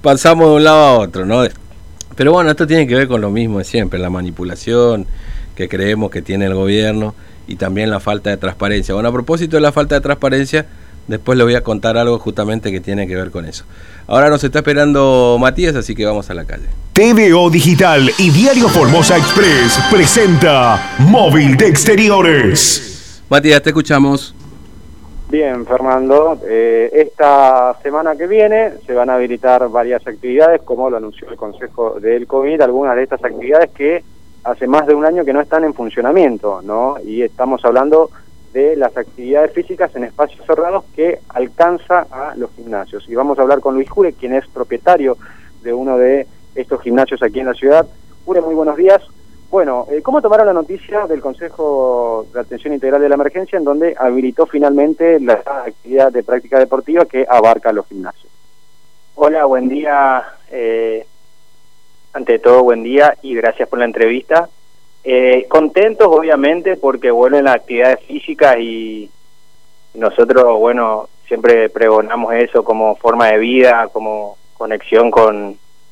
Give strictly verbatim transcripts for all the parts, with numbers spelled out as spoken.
pasamos de un lado a otro, ¿no? Pero bueno, esto tiene que ver con lo mismo de siempre, la manipulación que creemos que tiene el gobierno y también la falta de transparencia. Bueno, a propósito de la falta de transparencia, después le voy a contar algo justamente que tiene que ver con eso. Ahora nos está esperando Matías, así que vamos a la calle. T V O Digital y Diario Formosa Express presenta Móvil de Exteriores. Matías, te escuchamos. Bien, Fernando. Eh, esta semana que viene se van a habilitar varias actividades, como lo anunció el Consejo del COVID, algunas de estas actividades que hace más de un año que no están en funcionamiento, ¿no? Y estamos hablando de las actividades físicas en espacios cerrados que alcanza a los gimnasios. Y vamos a hablar con Luis Jure, quien es propietario de uno de estos gimnasios aquí en la ciudad. Jure, muy buenos días. Bueno, eh, ¿cómo tomaron la noticia del Consejo de Atención Integral de la Emergencia en donde habilitó finalmente la actividad de práctica deportiva que abarca los gimnasios? Hola, buen día. Eh, ante todo, buen día y gracias por la entrevista. Eh, contentos, obviamente, porque vuelven las actividades físicas y nosotros, bueno, siempre pregonamos eso como forma de vida, como conexión con...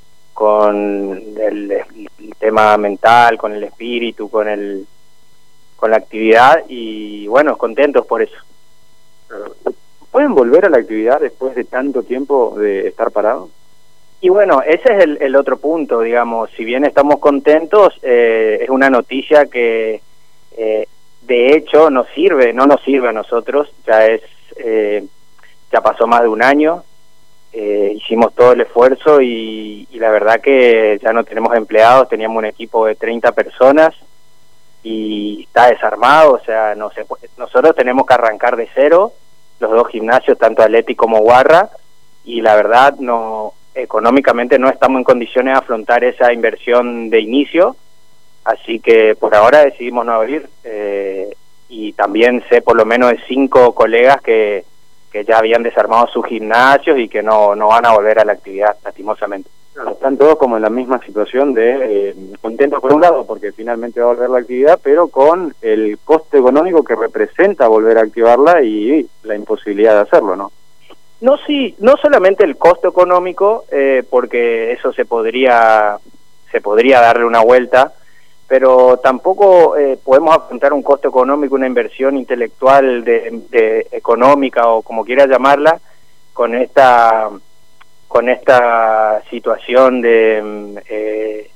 con el, el tema mental, con el espíritu, con el con la actividad y bueno, contentos por eso. ¿Pueden volver a la actividad después de tanto tiempo de estar parados? Y bueno, ese es el, el otro punto, digamos, si bien estamos contentos, eh, es una noticia que eh, de hecho nos sirve, no nos sirve a nosotros, ya es eh, ya pasó más de un año. Eh, hicimos todo el esfuerzo y, y la verdad que ya no tenemos empleados, teníamos un equipo de treinta personas y está desarmado, o sea, no se puede, nosotros tenemos que arrancar de cero, los dos gimnasios, tanto Atleti como Guarra, y la verdad no económicamente no estamos en condiciones de afrontar esa inversión de inicio, así que por ahora decidimos no abrir, eh, y también sé por lo menos de cinco colegas que que ya habían desarmado sus gimnasios y que no, no van a volver a la actividad, lastimosamente. Claro, están todos como en la misma situación de eh, contentos por un lado, porque finalmente va a volver la actividad, pero con el coste económico que representa volver a activarla y la imposibilidad de hacerlo, ¿no? No, sí, no solamente el costo económico, eh, porque eso se podría, se podría darle una vuelta, pero tampoco eh, podemos afrontar un costo económico, una inversión intelectual de, de económica o como quiera llamarla, con esta con esta situación de eh,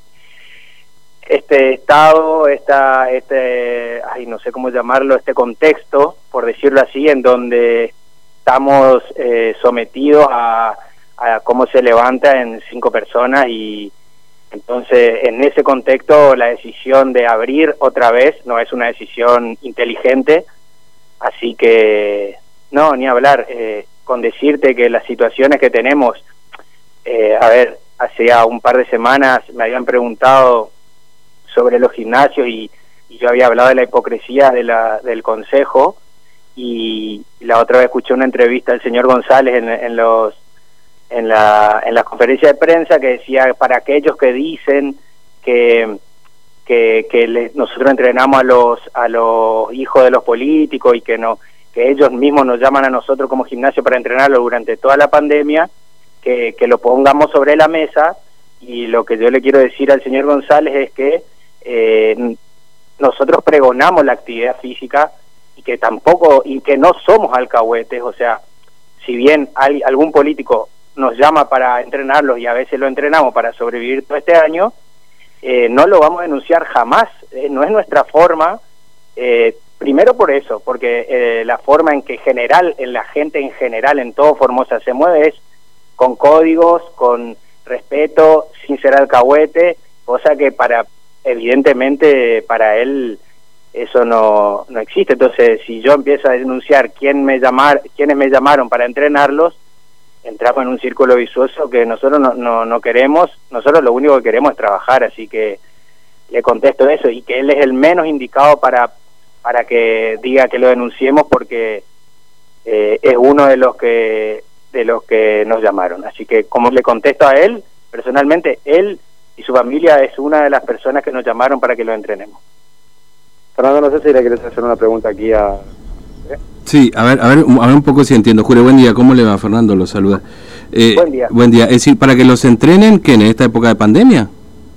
este estado, esta este ay no sé cómo llamarlo, este contexto, por decirlo así, en donde estamos eh, sometidos a, a cómo se levanta en cinco personas y entonces, en ese contexto, la decisión de abrir otra vez no es una decisión inteligente, así que, no, ni hablar, eh, con decirte que las situaciones que tenemos, eh, a ver, hace ya un par de semanas me habían preguntado sobre los gimnasios y, y yo había hablado de la hipocresía de la, del Consejo y la otra vez escuché una entrevista del señor González en, en los... en la en la conferencia de prensa que decía para aquellos que dicen que que, que le, nosotros entrenamos a los a los hijos de los políticos y que no que ellos mismos nos llaman a nosotros como gimnasio para entrenarlo durante toda la pandemia, que, que lo pongamos sobre la mesa, y lo que yo le quiero decir al señor González es que eh, nosotros pregonamos la actividad física y que tampoco y que no somos alcahuetes, o sea, si bien hay algún político nos llama para entrenarlos y a veces lo entrenamos para sobrevivir todo este año, eh, no lo vamos a denunciar jamás, eh, no es nuestra forma, eh, primero por eso, porque eh, la forma en que general, en la gente en general, en todo Formosa se mueve es con códigos, con respeto, sin ser alcahuete, cosa que para, evidentemente, para él eso no, no existe. Entonces, si yo empiezo a denunciar quién me llamar, quiénes me llamaron para entrenarlos, entramos en un círculo vicioso que nosotros no, no, no queremos. Nosotros lo único que queremos es trabajar, así que le contesto eso, y que él es el menos indicado para para que diga que lo denunciemos, porque eh, es uno de los que de los que nos llamaron. Así que, como le contesto a él, personalmente, él y su familia es una de las personas que nos llamaron para que lo entrenemos. Fernando, no sé si le querés hacer una pregunta aquí a... Sí, a ver, a ver, a ver un poco si entiendo. Jure, buen día, ¿cómo le va? Fernando lo saluda. Eh, buen día. Buen día. Es decir, para que los entrenen, ¿qué, en esta época de pandemia?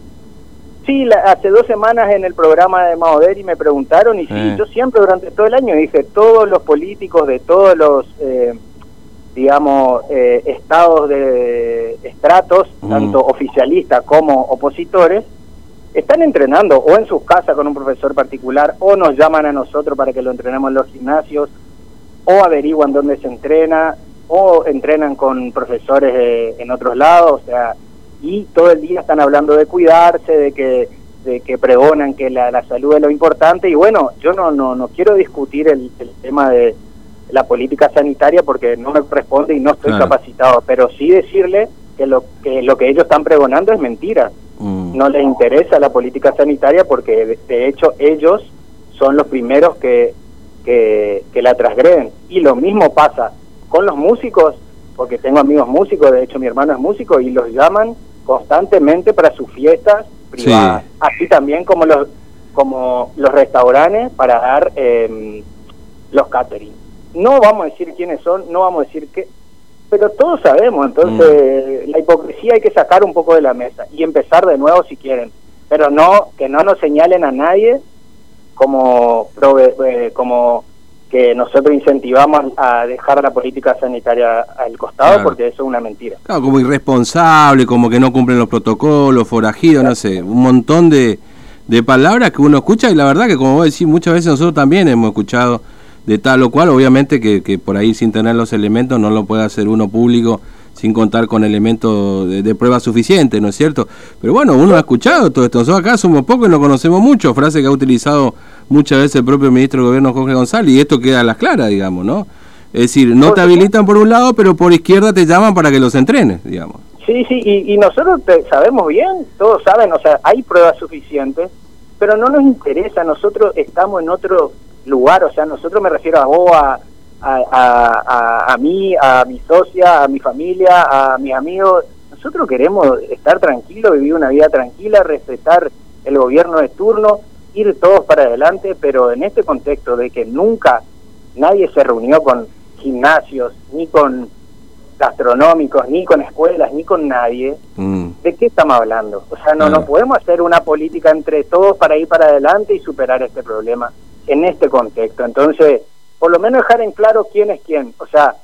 Sí, la, hace dos semanas en el programa de Maoderi me preguntaron y sí, eh. yo siempre durante todo el año dije, todos los políticos de todos los, eh, digamos, eh, estados de estratos, mm. tanto oficialistas como opositores, están entrenando o en sus casas con un profesor particular o nos llaman a nosotros para que lo entrenemos en los gimnasios o averiguan dónde se entrena o entrenan con profesores eh, en otros lados, o sea, y todo el día están hablando de cuidarse, de que de que pregonan que la, la salud es lo importante, y bueno, yo no no no quiero discutir el, el tema de la política sanitaria porque no me corresponde y no estoy claro. capacitado, pero sí decirle que lo que lo que ellos están pregonando es mentira. Mm. No les interesa la política sanitaria porque de, de hecho ellos son los primeros que, que que la transgreden, y lo mismo pasa con los músicos, porque tengo amigos músicos, de hecho mi hermano es músico y los llaman constantemente para sus fiestas privadas, sí. así también como los como los restaurantes para dar eh, los catering. No vamos a decir quiénes son, no vamos a decir qué, pero todos sabemos, entonces mm. la hipocresía hay que sacar un poco de la mesa y empezar de nuevo si quieren, pero no que no nos señalen a nadie como prove, eh, como que nosotros incentivamos a dejar la política sanitaria al costado, claro. porque eso es una mentira. Claro, como irresponsable, como que no cumplen los protocolos, forajido, claro. no sé, un montón de, de palabras que uno escucha, y la verdad que como vos decís, muchas veces nosotros también hemos escuchado de tal o cual, obviamente que, que por ahí sin tener los elementos no lo puede hacer uno público sin contar con elementos de, de prueba suficiente, ¿no es cierto? Pero bueno, uno ha escuchado todo esto, nosotros acá somos pocos y no conocemos mucho, frase que ha utilizado muchas veces el propio ministro de Gobierno Jorge González, y esto queda a las claras, digamos, ¿no? Es decir, no te habilitan por un lado, pero por izquierda te llaman para que los entrenes, digamos. Sí, sí, y, y nosotros te, sabemos bien, todos saben, o sea, hay pruebas suficientes, pero no nos interesa, nosotros estamos en otro lugar, o sea, nosotros me refiero a vos, a, a, a, a, a mí, a mi socia, a mi familia, a mis amigos, nosotros queremos estar tranquilos, vivir una vida tranquila, respetar el gobierno de turno, ir todos para adelante, pero en este contexto de que nunca nadie se reunió con gimnasios, ni con gastronómicos, ni con escuelas, ni con nadie, mm. ¿de qué estamos hablando? O sea, no, ah. no podemos hacer una política entre todos para ir para adelante y superar este problema en este contexto. Entonces, por lo menos dejar en claro quién es quién. O sea,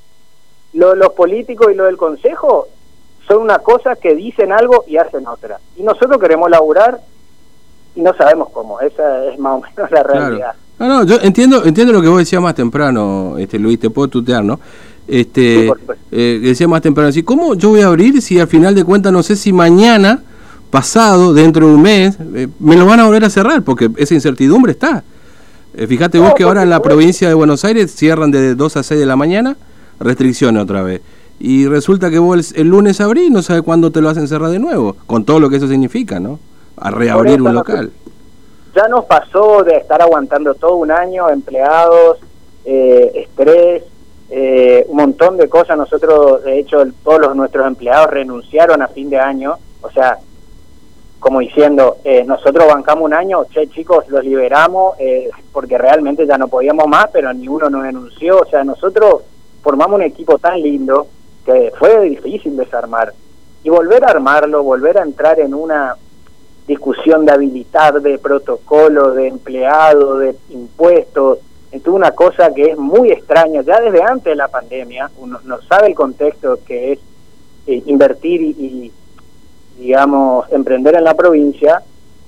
lo, los políticos y lo del consejo son una cosa que dicen algo y hacen otra. Y nosotros queremos laburar y no sabemos cómo. Esa es más o menos la realidad. Claro. No, no, yo entiendo entiendo lo que vos decías más temprano, este Luis, te puedo tutear, ¿no? Este, sí, eh, decía más temprano, así, ¿cómo yo voy a abrir si al final de cuentas no sé si mañana, pasado, dentro de un mes, eh, me lo van a volver a cerrar? Porque esa incertidumbre está. Eh, fíjate vos no, que ahora en la supuesto. provincia de Buenos Aires cierran de dos a seis de la mañana, restricciones otra vez. Y resulta que vos el, el lunes abrís y no sabes cuándo te lo hacen cerrar de nuevo, con todo lo que eso significa, ¿no? A reabrir un local. Ya nos pasó de estar aguantando todo un año, empleados, eh, estrés, eh, un montón de cosas. Nosotros, de hecho, todos los nuestros empleados renunciaron a fin de año, o sea, como diciendo, eh, nosotros bancamos un año, che, chicos, los liberamos, eh, porque realmente ya no podíamos más, pero ni uno nos denunció. O sea, nosotros formamos un equipo tan lindo que fue difícil desarmar. Y volver a armarlo, volver a entrar en una discusión de habilitar, de protocolo, de empleado, de impuestos, es una cosa que es muy extraña, ya desde antes de la pandemia, uno no sabe el contexto que es eh, invertir y, y, digamos, emprender en la provincia,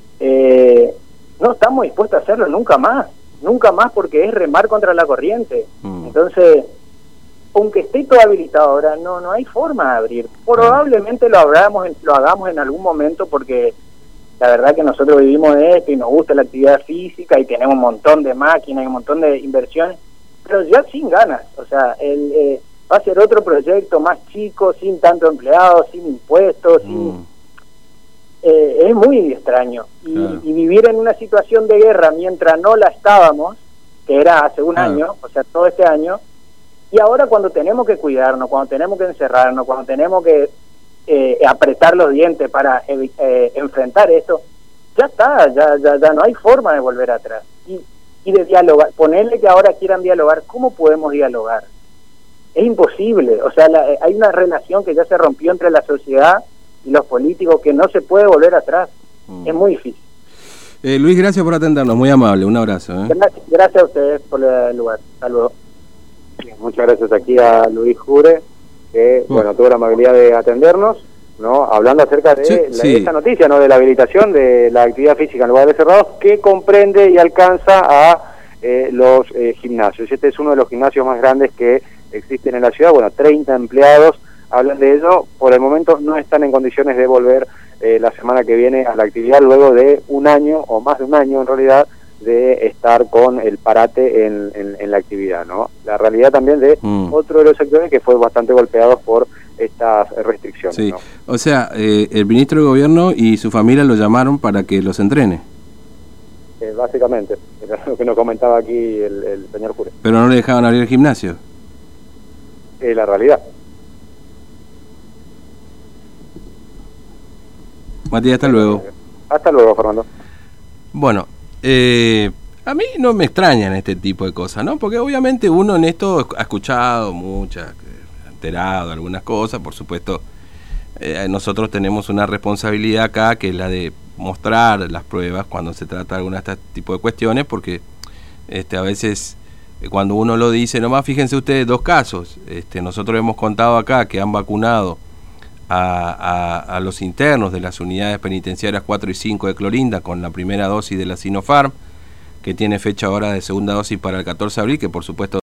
eh, no estamos dispuestos a hacerlo nunca más, nunca más, porque es remar contra la corriente. Mm. Entonces, aunque esté todo habilitado ahora, no no hay forma de abrir. Probablemente lo, hagamos, lo hagamos en algún momento, porque la verdad que nosotros vivimos de esto y nos gusta la actividad física y tenemos un montón de máquinas y un montón de inversiones, pero ya sin ganas. O sea, el, eh, va a ser otro proyecto más chico, sin tanto empleados, sin impuestos, mm. sin, eh, es muy extraño. Y, claro. y vivir en una situación de guerra mientras no la estábamos, que era hace un claro. año, o sea, todo este año, y ahora cuando tenemos que cuidarnos, cuando tenemos que encerrarnos, cuando tenemos que Eh, apretar los dientes para eh, enfrentar esto, ya está, ya, ya ya no hay forma de volver atrás y, y de dialogar, ponerle que ahora quieran dialogar. ¿Cómo podemos dialogar? es imposible. O sea, la, hay una relación que ya se rompió entre la sociedad y los políticos que no se puede volver atrás. Mm. Es muy difícil. Eh, Luis, gracias por atendernos, muy amable, un abrazo. ¿eh? Gracias, gracias a ustedes por el lugar. Saludos. Muchas gracias aquí a Luis Jure, que mm. bueno tuvo la amabilidad de atendernos, ¿no? Hablando acerca de sí, la, sí. esta noticia, ¿no? De la habilitación de la actividad física en lugares cerrados, que comprende y alcanza a eh, los eh, gimnasios. Este es uno de los gimnasios más grandes que existen en la ciudad. Bueno, treinta empleados hablan de ello. Por el momento no están en condiciones de volver eh, la semana que viene a la actividad, luego de un año, o más de un año en realidad, de estar con el parate en, en, en la actividad, ¿no? La realidad también de mm. otro de los sectores que fue bastante golpeados por estas restricciones. Sí, ¿no? O sea, eh, el ministro de Gobierno y su familia lo llamaron para que los entrene. Eh, básicamente, era lo que nos comentaba aquí el, el señor Jure. Pero no le dejaban abrir el gimnasio. Eh, la realidad. Matías, hasta luego. Hasta luego, Fernando. Bueno, eh, a mí no me extrañan este tipo de cosas, ¿no? Porque obviamente uno en esto ha escuchado muchas, ha enterado algunas cosas, por supuesto. Eh, nosotros tenemos una responsabilidad acá, que es la de mostrar las pruebas cuando se trata de algún este tipo de cuestiones, porque este, a veces eh, cuando uno lo dice, nomás fíjense ustedes dos casos, este, nosotros hemos contado acá que han vacunado a, a, a los internos de las unidades penitenciarias cuatro y cinco de Clorinda con la primera dosis de la Sinopharm, que tiene fecha ahora de segunda dosis para el catorce de abril, que por supuesto